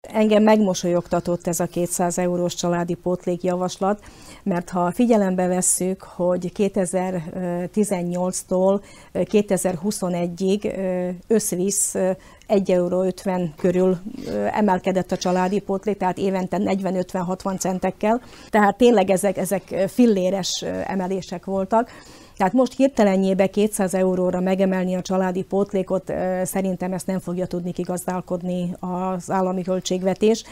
Engem megmosolyogtatott ez a 200 eurós családi pótlékjavaslat, mert ha figyelembe vesszük, hogy 2018-tól 2021-ig összvisz 1,50 euró körül emelkedett a családi pótlék, tehát évente 40-50-60 centekkel, tehát tényleg ezek filléres emelések voltak. Tehát most hirtelenjébe 200 euróra megemelni a családi pótlékot, szerintem ezt nem fogja tudni kigazdálkodni az állami költségvetés.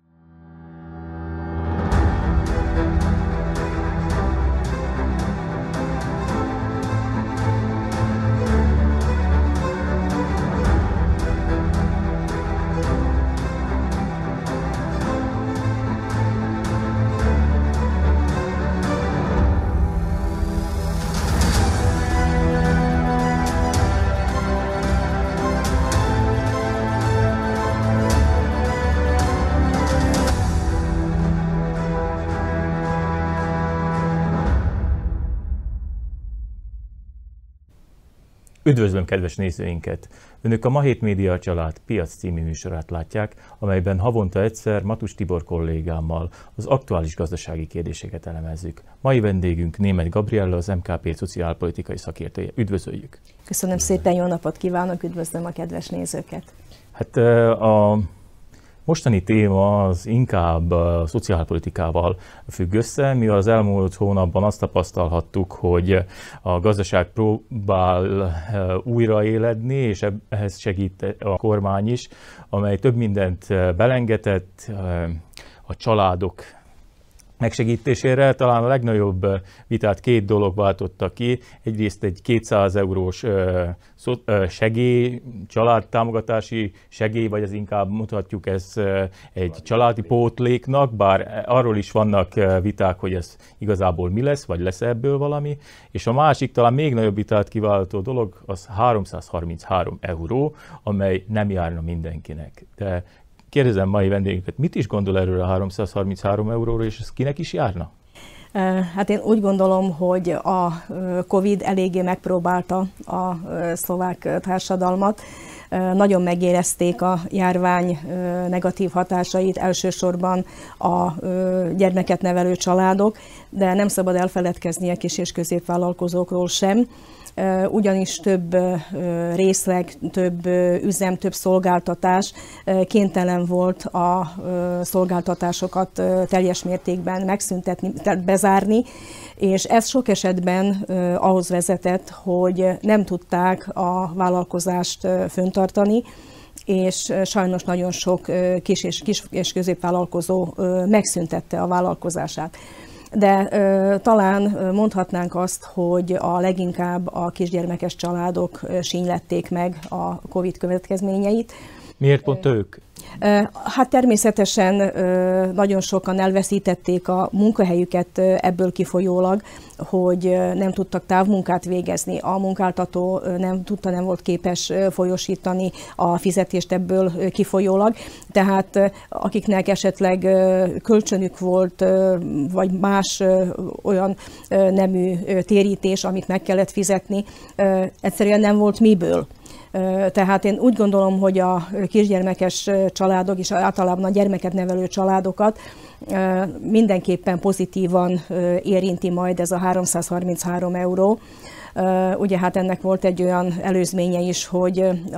Üdvözlöm kedves nézőinket! Önök a Ma Hét Média Család Piac című műsorát látják, amelyben havonta egyszer Matus Tibor kollégámmal az aktuális gazdasági kérdéseket elemezzük. Mai vendégünk Németh Gabriella, az MKP szociálpolitikai szakértője. Üdvözöljük! Köszönöm szépen, jó napot kívánok, üdvözlöm a kedves nézőket! Hát a mostani téma az inkább a szociálpolitikával függ össze, mivel az elmúlt hónapban azt tapasztalhattuk, hogy a gazdaság próbál újraéledni, és ehhez segít a kormány is, amely több mindent belengetett a családok megsegítésére. Talán a legnagyobb vitát két dolog váltotta ki. Egyrészt egy 200 eurós segély, családtámogatási segély, vagy ez inkább mutatjuk ez egy családi pótléknak, bár arról is vannak viták, hogy ez igazából mi lesz, vagy lesz ebből valami. És a másik, talán még nagyobb vitát kiváltó dolog, az 333 euró, amely nem járna mindenkinek. De kérdezem mai vendégünket, mit is gondol erről a 333 euróról, és ez kinek is járna? Hát én úgy gondolom, hogy a Covid eléggé megpróbálta a szlovák társadalmat. Nagyon megérezték a járvány negatív hatásait, elsősorban a gyermeket nevelő családok, de nem szabad elfeledkezni a kis- és középvállalkozókról sem. Ugyanis több részleg, több üzem, több szolgáltatás kénytelen volt a szolgáltatásokat teljes mértékben megszüntetni, bezárni, és ez sok esetben ahhoz vezetett, hogy nem tudták a vállalkozást fenntartani, és sajnos nagyon sok kis és középvállalkozó megszüntette a vállalkozását. De talán mondhatnánk azt, hogy a leginkább a kisgyermekes családok sínylették meg a Covid következményeit. Miért pont ők? Hát természetesen nagyon sokan elveszítették a munkahelyüket ebből kifolyólag, hogy nem tudtak távmunkát végezni. A munkáltató nem volt képes folyósítani a fizetést ebből kifolyólag. Tehát akiknek esetleg kölcsönük volt, vagy más olyan nemű térítés, amit meg kellett fizetni, egyszerűen nem volt miből. Tehát én úgy gondolom, hogy a kisgyermekes családok és általában a gyermeket nevelő családokat mindenképpen pozitívan érinti majd ez a 333 euró. Ugye hát ennek volt egy olyan előzménye is, hogy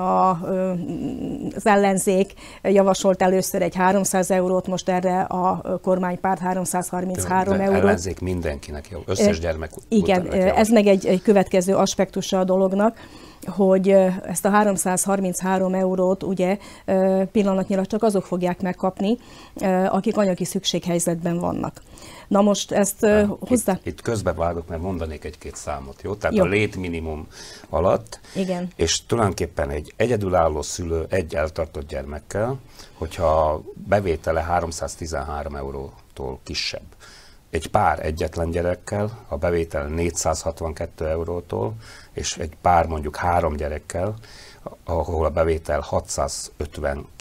az ellenzék javasolt először egy 300 eurót, most erre a kormánypárt 333 eurót. Ellenzék mindenkinek jó, összes gyermek. Igen, ez meg egy következő aspektusa a dolognak, hogy ezt a 333 eurót ugye pillanatnyilag csak azok fogják megkapni, akik anyagi szükséghelyzetben vannak. Na most ezt hozzá... Itt közbevágok, mert mondanék egy-két számot, jó? Tehát jó. A létminimum alatt, igen. És tulajdonképpen egy egyedülálló szülő egy eltartott gyermekkel, hogyha bevétele 313 eurótól kisebb, egy pár egyetlen gyerekkel, a bevétel 462 eurótól, és egy pár mondjuk 3 gyerekkel, ahol a bevétel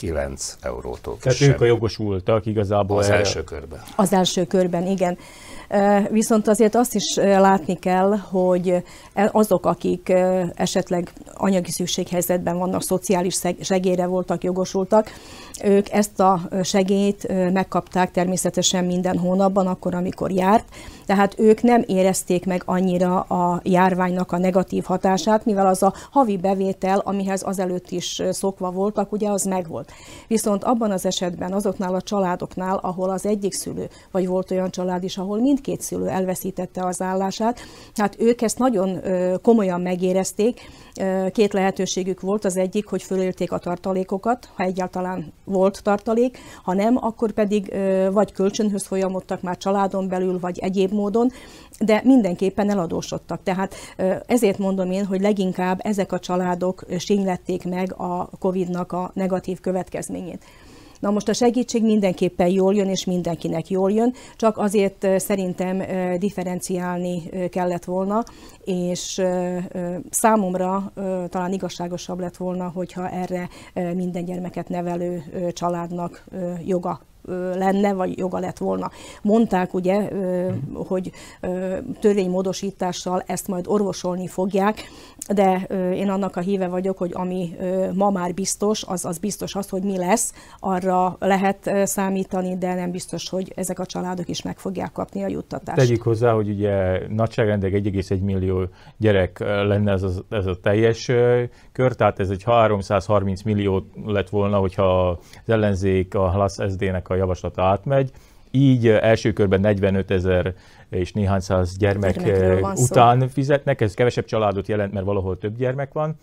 659 eurótól kisebb. Tehát ők a jogosultak igazából az első körben. Az első körben, igen. Viszont azért azt is látni kell, hogy azok, akik esetleg anyagi szükséghelyzetben vannak, szociális segélyre voltak jogosultak, ők ezt a segélyt megkapták természetesen minden hónapban, akkor, amikor járt, tehát ők nem érezték meg annyira a járványnak a negatív hatását, mivel az a havi bevétel, amihez azelőtt is szokva voltak, ugye az megvolt. Viszont abban az esetben azoknál a családoknál, ahol az egyik szülő, vagy volt olyan család is, ahol mindkét szülő elveszítette az állását, hát ők ezt nagyon komolyan megérezték. Két lehetőségük volt, az egyik, hogy fölélték a tartalékokat, ha egyáltalán volt tartalék, ha nem, akkor pedig vagy kölcsönhöz folyamodtak már családon belül, vagy egyéb módon, de mindenképpen eladósodtak. Tehát ezért mondom én, hogy leginkább ezek a családok sínlették meg a Covid-nak a negatív következményét. Na most a segítség mindenképpen jól jön, és mindenkinek jól jön, csak azért szerintem differenciálni kellett volna, és számomra talán igazságosabb lett volna, hogyha erre minden gyermeket nevelő családnak joga lenne, vagy joga lett volna. Mondták ugye, hogy törvénymódosítással ezt majd orvosolni fogják, de én annak a híve vagyok, hogy ami ma már biztos, az biztos az, hogy mi lesz, arra lehet számítani, de nem biztos, hogy ezek a családok is meg fogják kapni a juttatást. Tegyük hozzá, hogy ugye nagyságrendileg 1,1 millió gyerek lenne ez a teljes kör, tehát ez egy 330 millió lett volna, hogyha az ellenzék, a HLASZ SD-nek a javaslata átmegy. Így első körben 45 000 és néhány száz gyermek után fizetnek, ez kevesebb családot jelent, mert valahol több gyermek van.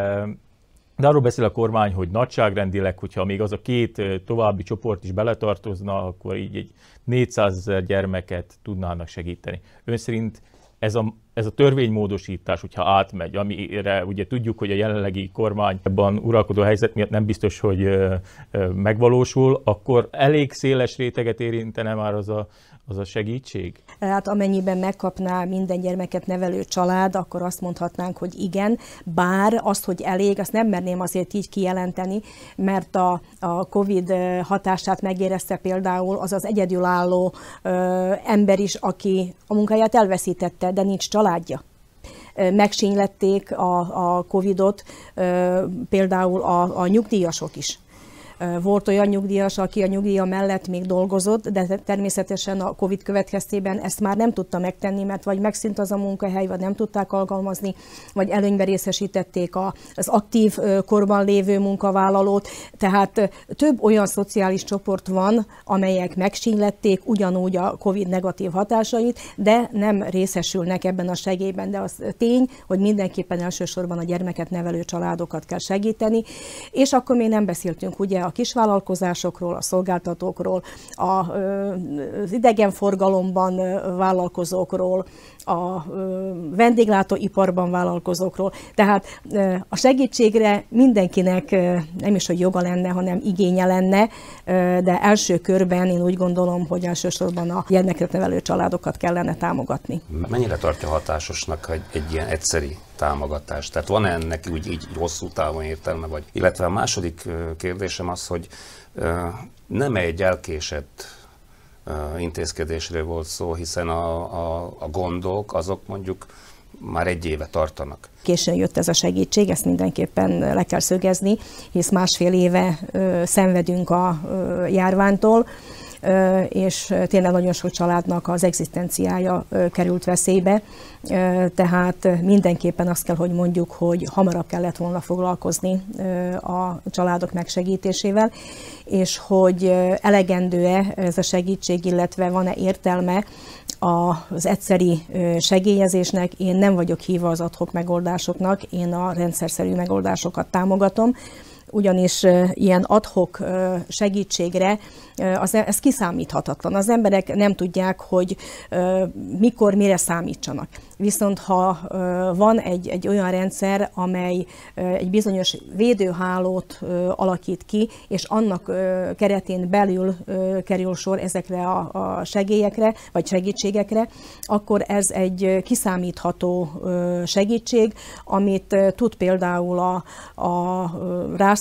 De arról beszél a kormány, hogy nagyságrendileg, hogyha még az a két további csoport is beletartozna, akkor így egy 400 000 gyermeket tudnának segíteni. Ön szerint ez a törvénymódosítás, hogyha átmegy, amire ugye tudjuk, hogy a jelenlegi kormányban uralkodó helyzet miatt nem biztos, hogy megvalósul, akkor elég széles réteget érintene már az a segítség? Hát amennyiben megkapná minden gyermeket nevelő család, akkor azt mondhatnánk, hogy igen, bár azt, hogy elég, azt nem merném azért így kijelenteni, mert a Covid hatását megérezte például az az egyedülálló ember is, aki a munkáját elveszítette, de nincs családja. Megsínylették a Covidot például a nyugdíjasok is. Volt olyan nyugdíjas, aki a nyugdíja mellett még dolgozott, de természetesen a Covid következtében ezt már nem tudta megtenni, mert vagy megszűnt az a munkahely, vagy nem tudták alkalmazni, vagy előnybe részesítették az aktív korban lévő munkavállalót. Tehát több olyan szociális csoport van, amelyek megsínylették ugyanúgy a Covid negatív hatásait, de nem részesülnek ebben a segélyben. De az tény, hogy mindenképpen elsősorban a gyermeket nevelő családokat kell segíteni, és akkor még nem beszéltünk ugye a kisvállalkozásokról, a szolgáltatókról, az idegenforgalomban vállalkozókról, a vendéglátóiparban vállalkozókról. Tehát a segítségre mindenkinek nem is, hogy joga lenne, hanem igénye lenne, de első körben én úgy gondolom, hogy elsősorban a gyermeket nevelő családokat kellene támogatni. Mennyire tartja hatásosnak egy ilyen egyszeri támogatás? Tehát van-e ennek így hosszú távon értelme? Vagy? Illetve a második kérdésem az, hogy nem egy elkésett intézkedésről volt szó, hiszen a gondok azok mondjuk már egy éve tartanak. Későn jött ez a segítség, ezt mindenképpen le kell szögezni, hisz másfél éve szenvedünk a járványtól, és tényleg nagyon sok családnak az egzisztenciája került veszélybe, tehát mindenképpen azt kell, hogy mondjuk, hogy hamarabb kellett volna foglalkozni a családok megsegítésével, és hogy elegendő-e ez a segítség, illetve van-e értelme az egyszeri segélyezésnek. Én nem vagyok híva az ad hoc megoldásoknak, én a rendszerszerű megoldásokat támogatom, ugyanis ilyen ad hoc segítségre ez kiszámíthatatlan. Az emberek nem tudják, hogy mikor, mire számítsanak. Viszont ha van egy olyan rendszer, amely egy bizonyos védőhálót alakít ki, és annak keretén belül kerül sor ezekre a segélyekre, vagy segítségekre, akkor ez egy kiszámítható segítség, amit tud például a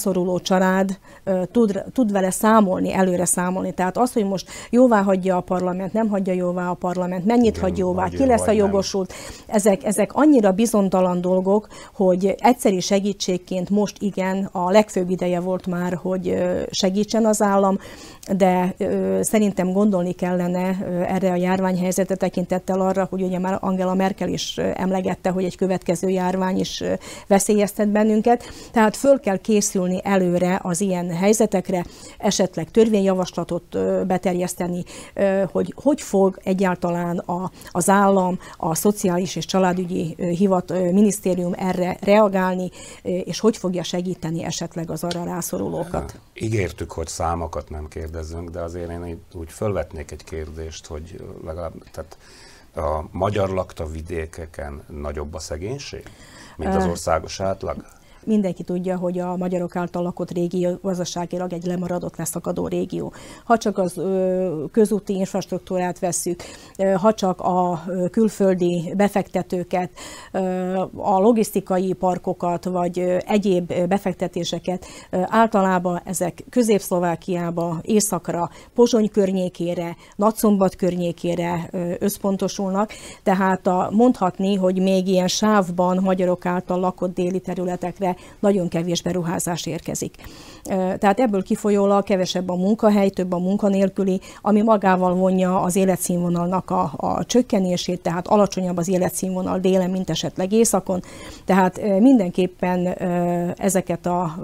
rászoruló család tud vele számolni, előre számolni. Tehát az, hogy most jóvá hagyja a parlament, nem hagyja jóvá a parlament, mennyit hagy jóvá, ki lesz a jogosult, ezek annyira bizonytalan dolgok, hogy egyszeri segítségként most igen, a legfőbb ideje volt már, hogy segítsen az állam, de szerintem gondolni kellene erre a járványhelyzetre tekintettel arra, hogy ugye már Angela Merkel is emlegette, hogy egy következő járvány is veszélyeztet bennünket. Tehát föl kell készülni előre az ilyen helyzetekre, esetleg törvényjavaslatot beterjeszteni, hogy fog egyáltalán az állam, a Szociális és Családügyi Minisztérium erre reagálni, és hogy fogja segíteni esetleg az arra rászorulókat. Ígértük, hogy számokat nem kérdezünk, de azért én úgy fölvetnék egy kérdést, hogy legalább tehát a magyar lakta vidékeken nagyobb a szegénység, mint az országos átlag? Mindenki tudja, hogy a magyarok által lakott régió gazdaságilag egy lemaradott, leszakadó régió. Ha csak az közúti infrastruktúrát vesszük, ha csak a külföldi befektetőket, a logisztikai parkokat, vagy egyéb befektetéseket, általában ezek Közép-Szlovákiába, északra, Pozsony környékére, Nagyszombat környékére összpontosulnak. Tehát mondhatni, hogy még ilyen sávban magyarok által lakott déli területekre nagyon kevés beruházás érkezik. Tehát ebből kifolyólag kevesebb a munkahely, több a munkanélküli, ami magával vonja az életszínvonalnak a csökkenését, tehát alacsonyabb az életszínvonal délen, mint esetleg északon. Tehát mindenképpen ezeket a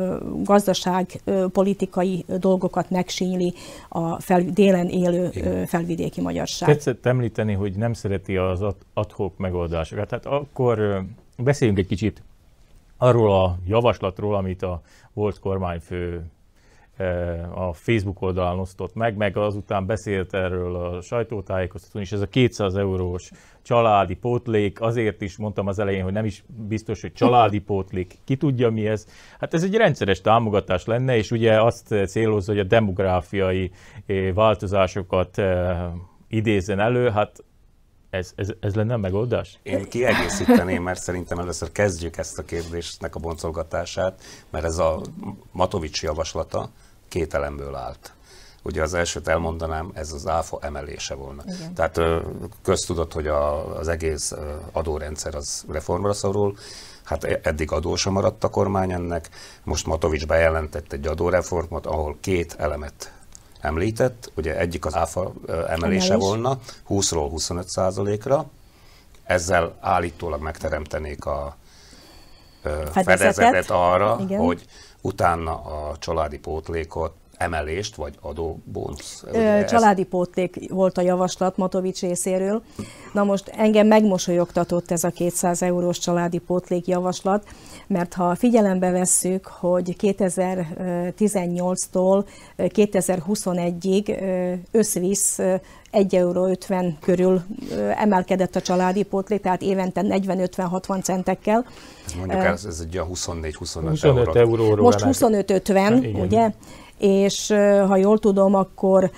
gazdaságpolitikai dolgokat megsínyli a délen élő felvidéki magyarság. Tetszett említeni, hogy nem szereti az ad hoc megoldásokat. Tehát akkor beszéljünk egy kicsit arról a javaslatról, amit a volt kormányfő a Facebook oldalán osztott meg azután beszélt erről a sajtótájékoztatón is, ez a 200 eurós családi pótlék, azért is mondtam az elején, hogy nem is biztos, hogy családi pótlék, ki tudja mi ez. Hát ez egy rendszeres támogatás lenne, és ugye azt célozza, hogy a demográfiai változásokat idézzen elő, hát ez lenne a megoldás? Én kiegészíteném, mert szerintem először kezdjük ezt a kérdésnek a boncolgatását, mert ez a Matovics javaslata 2 elemből állt. Ugye az elsőt elmondanám, ez az áfa emelése volna. Igen. Tehát köztudott, hogy az egész adórendszer az reformra szorul, hát eddig adósa maradt a kormány ennek, most Matovics bejelentett egy adóreformot, ahol 2 elemet említett, ugye egyik az áfa emelése volna 20-ról 25%-ra, ezzel állítólag megteremtenék a fedezetet arra, igen, hogy utána a családi pótlékot, emelést, vagy adóbónusz. Családi pótlék volt a javaslat Matovics részéről. Na most engem megmosolyogtatott ez a 200 eurós családi pótlék javaslat, mert ha figyelembe vesszük, hogy 2018-tól 2021-ig összvisz 1,50 euró körül emelkedett a családi pótlék, tehát évente 40-50-60 centekkel. Mondjuk ez egy 24-25 euró. Most 25-50, ugye? És ha jól tudom, akkor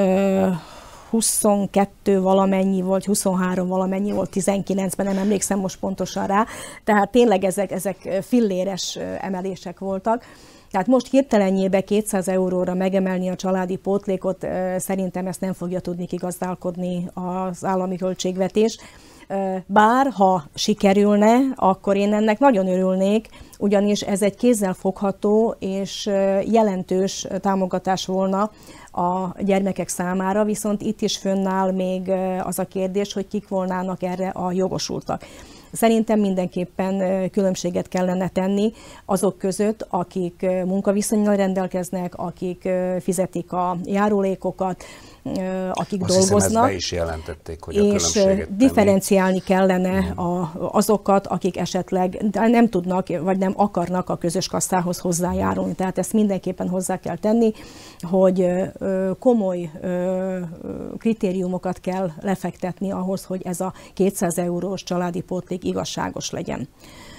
22 valamennyi volt, 23 valamennyi volt 19-ben, nem emlékszem most pontosan rá. Tehát tényleg ezek filléres emelések voltak. Tehát most hirtelenjébe 200 euróra megemelni a családi pótlékot, szerintem ezt nem fogja tudni kigazdálkodni az állami költségvetés. Bár ha sikerülne, akkor én ennek nagyon örülnék, ugyanis ez egy kézzelfogható és jelentős támogatás volna a gyermekek számára, viszont itt is fönnáll még az a kérdés, hogy kik volnának erre a jogosultak. Szerintem mindenképpen különbséget kellene tenni azok között, akik munkaviszonnyal rendelkeznek, akik fizetik a járulékokat, akik azt dolgoznak. Hiszem, ezt be is jelentették, hogy és differenciálni kellene azokat, akik esetleg nem tudnak, vagy nem akarnak a közös kasszához hozzájárulni. Tehát ezt mindenképpen hozzá kell tenni, hogy komoly kritériumokat kell lefektetni ahhoz, hogy ez a 200 eurós családi pótlék igazságos legyen.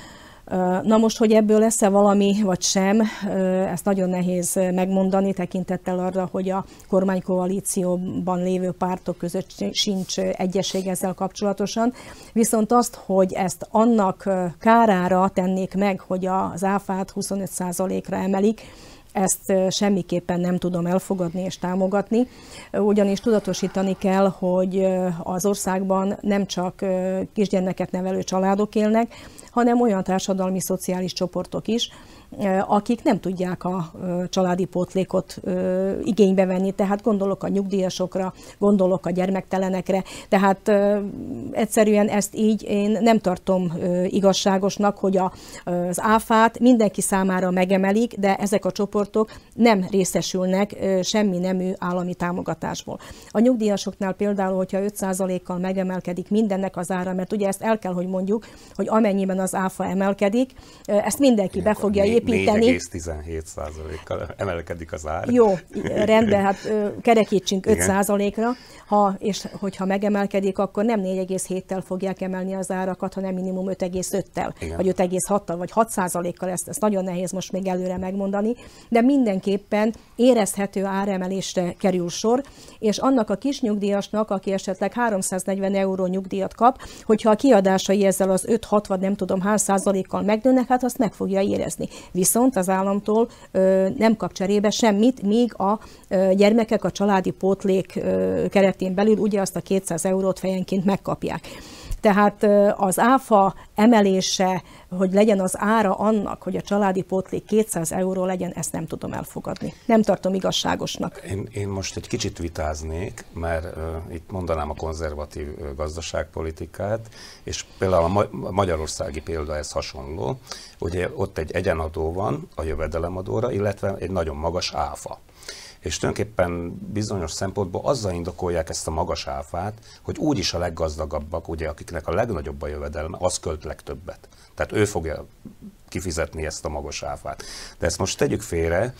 Na most, hogy ebből lesz-e valami, vagy sem, ezt nagyon nehéz megmondani, tekintettel arra, hogy a kormánykoalícióban lévő pártok között sincs egyesség ezzel kapcsolatosan. Viszont azt, hogy ezt annak kárára tennék meg, hogy az áfát 25%-ra emelik, ezt semmiképpen nem tudom elfogadni és támogatni, ugyanis tudatosítani kell, hogy az országban nem csak kisgyermeket nevelő családok élnek, hanem olyan társadalmi, szociális csoportok is, akik nem tudják a családi pótlékot igénybe venni, tehát gondolok a nyugdíjasokra, gondolok a gyermektelenekre, tehát egyszerűen ezt így én nem tartom igazságosnak, hogy az áfát mindenki számára megemelik, de ezek a csoportok nem részesülnek semmi nemű állami támogatásból. A nyugdíjasoknál például, hogyha 5%-kal megemelkedik mindennek az ára, mert ugye ezt el kell, hogy mondjuk, hogy amennyiben az áfa emelkedik, ezt mindenki be fogja építeni. 4,17%-kal emelkedik az ár. Jó, rendben, hát kerekítsünk 5%-ra, és hogyha megemelkedik, akkor nem 4,7-tel fogják emelni az árakat, hanem minimum 5,5-tel, vagy 5,6-tal, vagy 6%-kal, ezt nagyon nehéz most még előre megmondani, de mindenképpen érezhető áremelésre kerül sor, és annak a kis nyugdíjasnak, aki esetleg 340 euró nyugdíjat kap, hogyha a kiadásai ezzel az 5-6 vagy nem tudom hány százalékkal megnőnek, hát azt meg fogja érezni. Viszont az államtól nem kap cserébe semmit, míg a gyermekek a családi pótlék keretén belül ugye azt a 200 eurót fejenként megkapják. Tehát az áfa emelése, hogy legyen az ára annak, hogy a családi pótlék 200 euró legyen, ezt nem tudom elfogadni. Nem tartom igazságosnak. Én most egy kicsit vitáznék, mert itt mondanám a konzervatív gazdaságpolitikát, és például a magyarországi példa ez hasonló. Ugye ott egy egyenadó van a jövedelemadóra, illetve egy nagyon magas áfa. És tulajdonképpen bizonyos szempontból azzal indokolják ezt a magas áfát, hogy úgyis a leggazdagabbak, ugye, akiknek a legnagyobb a jövedelme, az költ legtöbbet. Tehát ő fogja kifizetni ezt a magas áfát. De ezt most tegyük félre,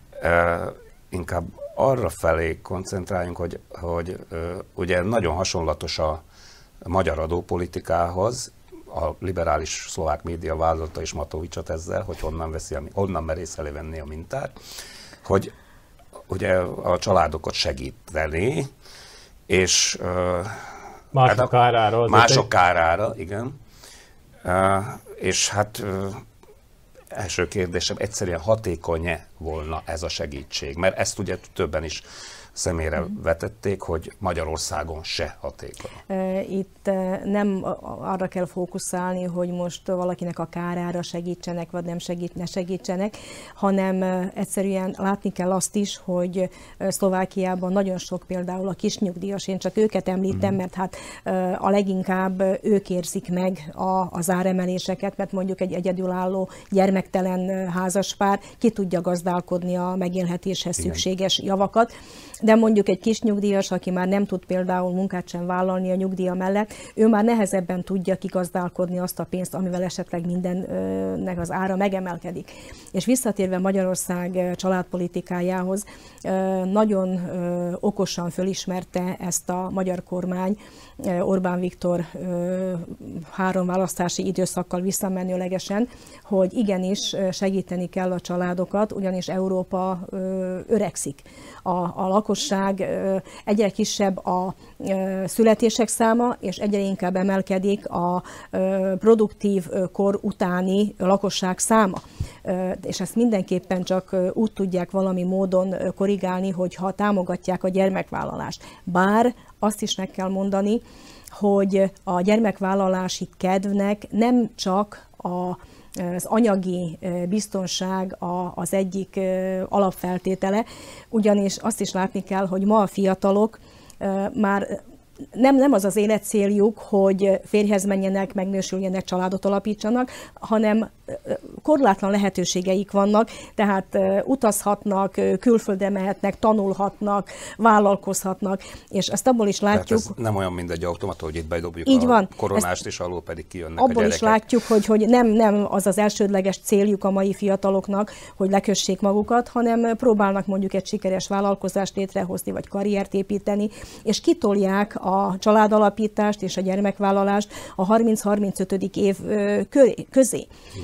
inkább arra felé koncentráljunk, hogy ugye nagyon hasonlatos a magyar adópolitikához, a liberális szlovák média vádolta is Matovicsot ezzel, hogy honnan merész elővenni a mintát, hogy ugye a családokat segíteni, és mások kárára. Mások kárára, igen. És hát első kérdésem, egyszerűen hatékony-e volna ez a segítség? Mert ezt ugye többen is személyre vetették, hogy Magyarországon se hatékony. Itt nem arra kell fókuszálni, hogy most valakinek a kárára segítsenek, vagy ne segítsenek, hanem egyszerűen látni kell azt is, hogy Szlovákiában nagyon sok például a kisnyugdíjas, én csak őket említem, mert hát a leginkább ők érzik meg az áremeléseket, mert mondjuk egy egyedülálló gyermektelen házaspár ki tudja gazdálkodni a megélhetéshez szükséges javakat, de mondjuk egy kis nyugdíjas, aki már nem tud például munkát sem vállalni a nyugdíja mellett, ő már nehezebben tudja kigazdálkodni azt a pénzt, amivel esetleg mindennek az ára megemelkedik. És visszatérve Magyarország családpolitikájához, nagyon okosan fölismerte ezt a magyar kormány, Orbán Viktor 3 választási időszakkal visszamenőlegesen, hogy igenis segíteni kell a családokat, ugyanis Európa öregszik. A lakosság egyre kisebb a születések száma, és egyre inkább emelkedik a produktív kor utáni lakosság száma. És ezt mindenképpen csak úgy tudják valami módon korrigálni, hogyha támogatják a gyermekvállalást. Bár azt is meg kell mondani, hogy a gyermekvállalási kedvnek nem csak az anyagi biztonság az egyik alapfeltétele, ugyanis azt is látni kell, hogy ma a fiatalok már nem az az életcéljuk, hogy férjhez menjenek, megnősüljenek, családot alapítsanak, hanem korlátlan lehetőségeik vannak, tehát utazhatnak, külföldre mehetnek, tanulhatnak, vállalkozhatnak, és ezt abból is látjuk... Tehát ez nem olyan, mint egy automata, hogy itt bedobjuk így van, koronást, és alól pedig kijönnek abból a gyerekek. Is látjuk, hogy nem az az elsődleges céljuk a mai fiataloknak, hogy lekössék magukat, hanem próbálnak mondjuk egy sikeres vállalkozást létrehozni, vagy karriert építeni, és kitolják a családalapítást és a gyermekvállalást a 30-35. év közé. Igen.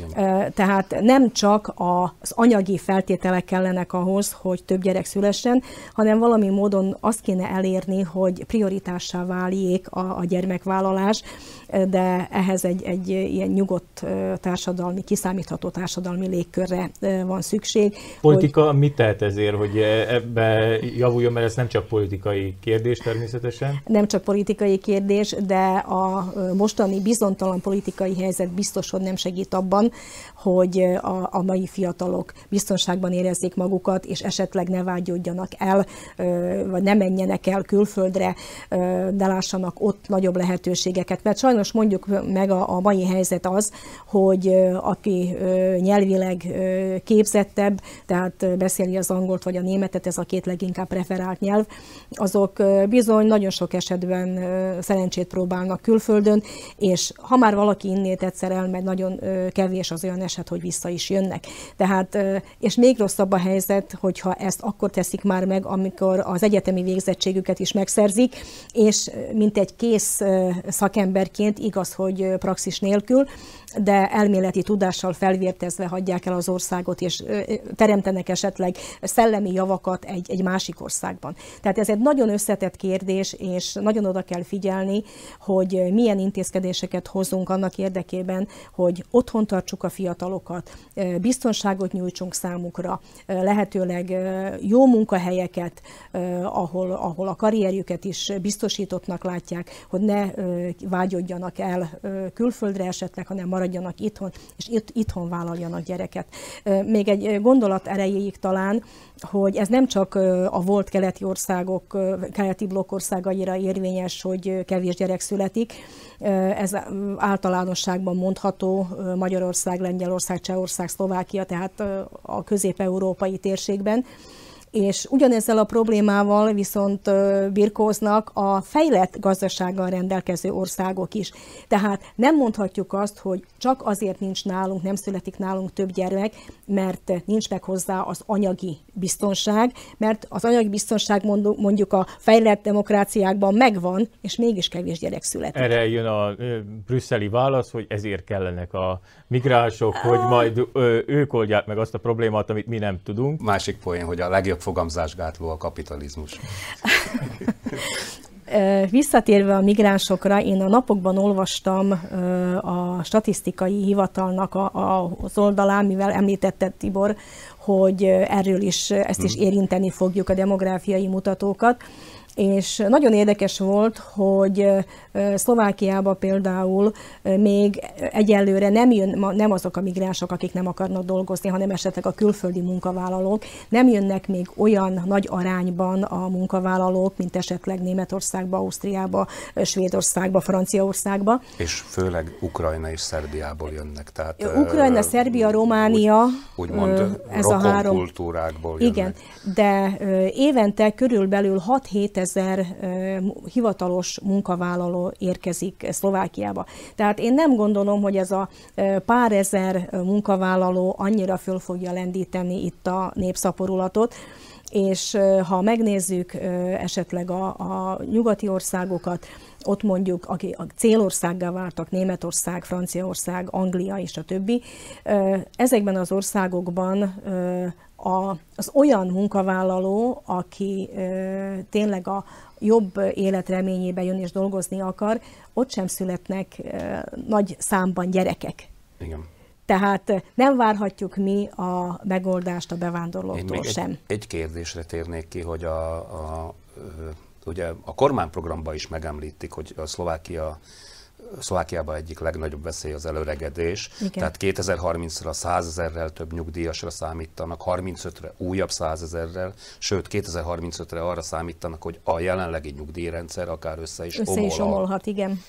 Tehát nem csak az anyagi feltételek kellenek ahhoz, hogy több gyerek szülessen, hanem valami módon azt kéne elérni, hogy prioritássá váljék a gyermekvállalás, de ehhez egy ilyen nyugodt társadalmi, kiszámítható társadalmi légkörre van szükség. Politika mit tehet ezért, hogy ebbe javuljon, mert ez nem csak politikai kérdés természetesen? Nem csak politikai kérdés, de a mostani bizonytalan politikai helyzet biztos, hogy nem segít abban, hogy a mai fiatalok biztonságban érezzék magukat, és esetleg ne vágyódjanak el, vagy ne menjenek el külföldre, de lássanak ott nagyobb lehetőségeket. Mert sajnos mondjuk meg a mai helyzet az, hogy aki nyelvileg képzettebb, tehát beszéli az angolt vagy a németet, ez a két leginkább preferált nyelv, azok bizony nagyon sok esetben szerencsét próbálnak külföldön, és ha már valaki innét egyszer elmegy, nagyon kevés az olyan eset, hogy vissza is jönnek. Tehát, és még rosszabb a helyzet, hogyha ezt akkor teszik már meg, amikor az egyetemi végzettségüket is megszerzik, és mint egy kész szakemberként, igaz, hogy praxis nélkül, de elméleti tudással felvértezve hagyják el az országot, és teremtenek esetleg szellemi javakat egy másik országban. Tehát ez egy nagyon összetett kérdés, és nagyon oda kell figyelni, hogy milyen intézkedéseket hozunk annak érdekében, hogy otthon tartsuk a fiatalokat, biztonságot nyújtsunk számukra, lehetőleg jó munkahelyeket, ahol a karrierjüket is biztosítottnak látják, hogy ne vágyodjanak el külföldre esetleg, hanem maradjanak itthon, és itthon vállaljanak gyereket. Még egy gondolat erejéig talán, hogy ez nem csak a volt keleti országok, keleti blokk országaira érvényes, hogy kevés gyerek születik, ez általánosságban mondható Magyarország, Lengyelország, Csehország, Szlovákia, tehát a közép-európai térségben. És ugyanezzel a problémával viszont birkóznak a fejlett gazdasággal rendelkező országok is. Tehát nem mondhatjuk azt, hogy csak azért nincs nálunk, nem születik nálunk több gyermek, mert nincs meg hozzá az anyagi biztonság, mert az anyagi biztonság mondjuk a fejlett demokráciákban megvan, és mégis kevés gyerek születik. Erre jön a brüsszeli válasz, hogy ezért kellenek a migránsok, hogy majd ők oldják meg azt a problémát, amit mi nem tudunk. Másik poén, hogy a legjobb fogamzásgátló a kapitalizmus. Visszatérve a migránsokra, én a napokban olvastam a statisztikai hivatalnak az oldalán, mivel említette Tibor, hogy erről is, ezt is érinteni fogjuk, a demográfiai mutatókat. És nagyon érdekes volt, hogy Szlovákiában például még egyelőre nem azok a migránsok, akik nem akarnak dolgozni, hanem esetleg a külföldi munkavállalók. Nem jönnek még olyan nagy arányban a munkavállalók, mint esetleg Németországba, Ausztriába, Svédországba, Franciaországba. És főleg Ukrajna és Szerbiából jönnek. Tehát, Ukrajna, Szerbia, Románia, úgymond ez a három kultúrákból jönnek. Igen, de évente körülbelül 6-7 ezer hivatalos munkavállaló érkezik Szlovákiába. Tehát én nem gondolom, hogy ez a pár ezer munkavállaló annyira föl fogja lendíteni itt a népszaporulatot, és ha megnézzük esetleg a nyugati országokat, ott mondjuk, akik a célországgá váltak, Németország, Franciaország, Anglia és a többi, ezekben az országokban az olyan munkavállaló, aki tényleg a jobb életreményébe jön és dolgozni akar, ott sem születnek nagy számban gyerekek. Igen. Tehát nem várhatjuk mi a megoldást a bevándorlóktól sem. Egy kérdésre térnék ki, hogy ugye a kormányprogramban is megemlítik, hogy a Szlovákiában egyik legnagyobb veszély az előregedés. Igen. Tehát 2030-ra 100 000-rel több nyugdíjasra számítanak, 35-re újabb 100 000-rel, sőt 2035-re arra számítanak, hogy a jelenlegi nyugdíjrendszer akár össze is omolhat. Igen.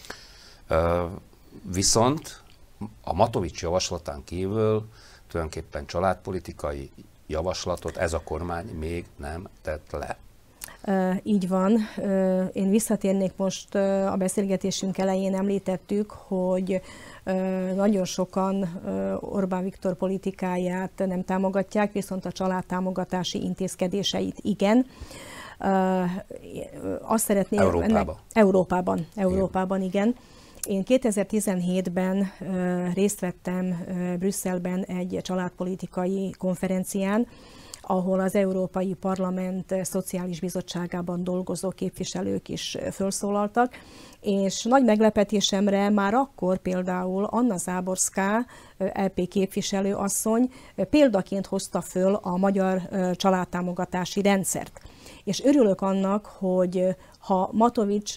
Viszont a Matovics javaslatán kívül tulajdonképpen családpolitikai javaslatot ez a kormány még nem tett le. Így van. Én visszatérnék most, a beszélgetésünk elején említettük, hogy nagyon sokan Orbán Viktor politikáját nem támogatják, viszont a családtámogatási intézkedéseit igen. Azt szeretném... Európában. Európában, igen. Én 2017-ben részt vettem Brüsszelben egy családpolitikai konferencián, ahol az Európai Parlament Szociális Bizottságában dolgozó képviselők is felszólaltak, és nagy meglepetésemre már akkor például Anna Záborská, LP képviselő asszony példaként hozta föl a magyar családtámogatási rendszert. És örülök annak, hogy ha Matovics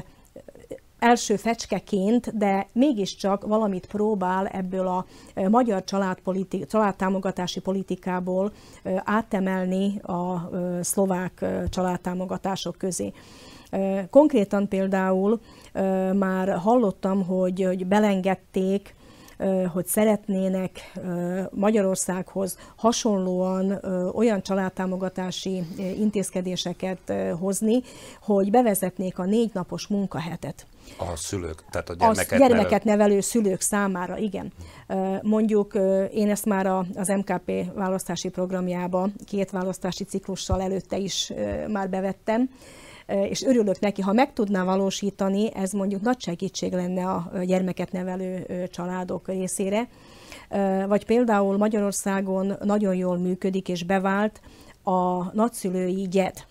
első fecskeként, de mégiscsak valamit próbál ebből a magyar családtámogatási politikából átemelni a szlovák családtámogatások közé. Konkrétan például már hallottam, hogy belengedték, hogy szeretnének Magyarországhoz hasonlóan olyan családtámogatási intézkedéseket hozni, hogy bevezetnék a 4 napos munkahetet. A szülők, tehát a gyermeket nevelő szülők számára, igen. Mondjuk én ezt már az MKP választási programjába 2 választási ciklussal előtte is már bevettem, és örülök neki, ha meg tudná valósítani, ez mondjuk nagy segítség lenne a gyermeket nevelő családok részére. Vagy például Magyarországon nagyon jól működik és bevált a nagyszülői gyed.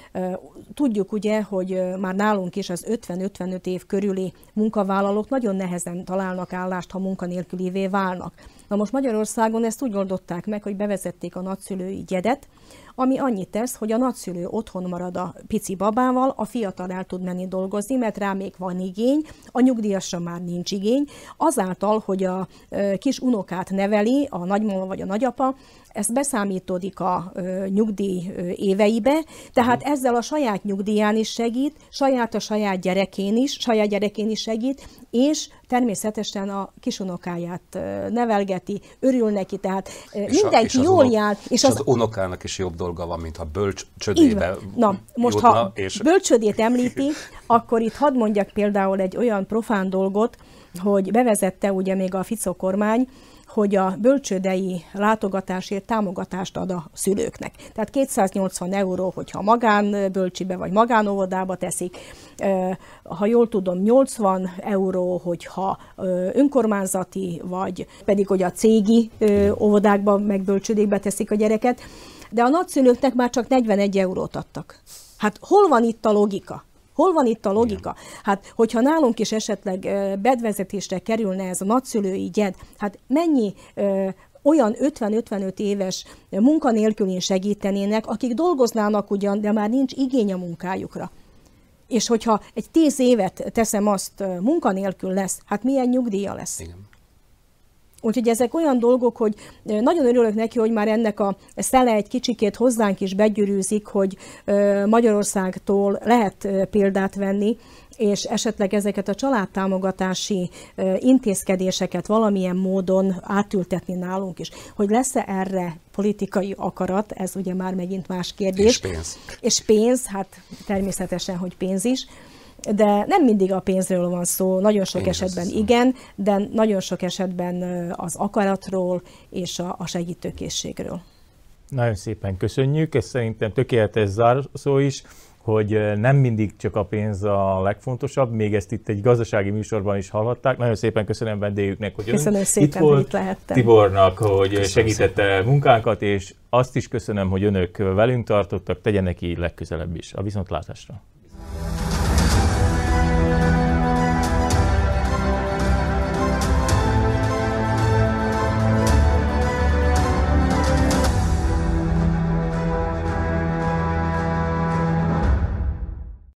Tudjuk ugye, hogy már nálunk is az 50-55 év körüli munkavállalók nagyon nehezen találnak állást, ha munkanélkülivé válnak. Na most Magyarországon ezt úgy oldották meg, hogy bevezették a nagyszülői gyedet, ami annyit tesz, hogy a nagyszülő otthon marad a pici babával, a fiatal el tud menni dolgozni, mert rá még van igény, a nyugdíjasra már nincs igény, azáltal, hogy a kis unokát neveli a nagymama vagy a nagyapa, ez beszámítódik a nyugdíj éveibe, tehát ezzel a saját nyugdíján is segít, a saját gyerekén is segít, és természetesen a kisunokáját nevelgeti, örül neki, tehát mindenki jól jár. És az unokának is jobb dolga van, mint ha bölcsödébe Na, most jutna, ha bölcsödét említi, akkor itt hadd mondjak például egy olyan profán dolgot, hogy bevezette ugye még a Fico kormány, hogy a bölcsődei látogatásért támogatást ad a szülőknek. Tehát 280 euró, hogyha magánbölcsibe vagy magánóvodába teszik, ha jól tudom, 80 euró, hogyha önkormányzati, vagy pedig hogy a cégi óvodákba meg bölcsődékbe teszik a gyereket, de a nagyszülőknek már csak 41 eurót adtak. Hát hol van itt a logika? Hol van itt a logika? Hát, hogyha nálunk is esetleg bevezetésre kerülne ez a nagyszülői gyed, hát mennyi olyan 50-55 éves munkanélkülén segítenének, akik dolgoznának ugyan, de már nincs igény a munkájukra. És hogyha egy 10 évet teszem azt, munkanélkül lesz, hát milyen nyugdíja lesz? Igen. Úgyhogy ezek olyan dolgok, hogy nagyon örülök neki, hogy már ennek a szele egy kicsikét hozzánk is begyűrűzik, hogy Magyarországtól lehet példát venni, és esetleg ezeket a családtámogatási intézkedéseket valamilyen módon átültetni nálunk is. Hogy lesz-e erre politikai akarat, ez ugye már megint más kérdés. És pénz. És pénz, hát természetesen, hogy pénz is. De nem mindig a pénzről van szó, nagyon sok esetben igen, de nagyon sok esetben az akaratról és a segítőkészségről. Nagyon szépen köszönjük, ez szerintem tökéletes zárszó is, hogy nem mindig csak a pénz a legfontosabb, még ezt itt egy gazdasági műsorban is hallhatták. Nagyon szépen köszönöm vendégüknek, hogy itt volt, Tibornak, hogy segítette munkánkat, és azt is köszönöm, hogy önök velünk tartottak, tegyenek így legközelebb is. A viszontlátásra!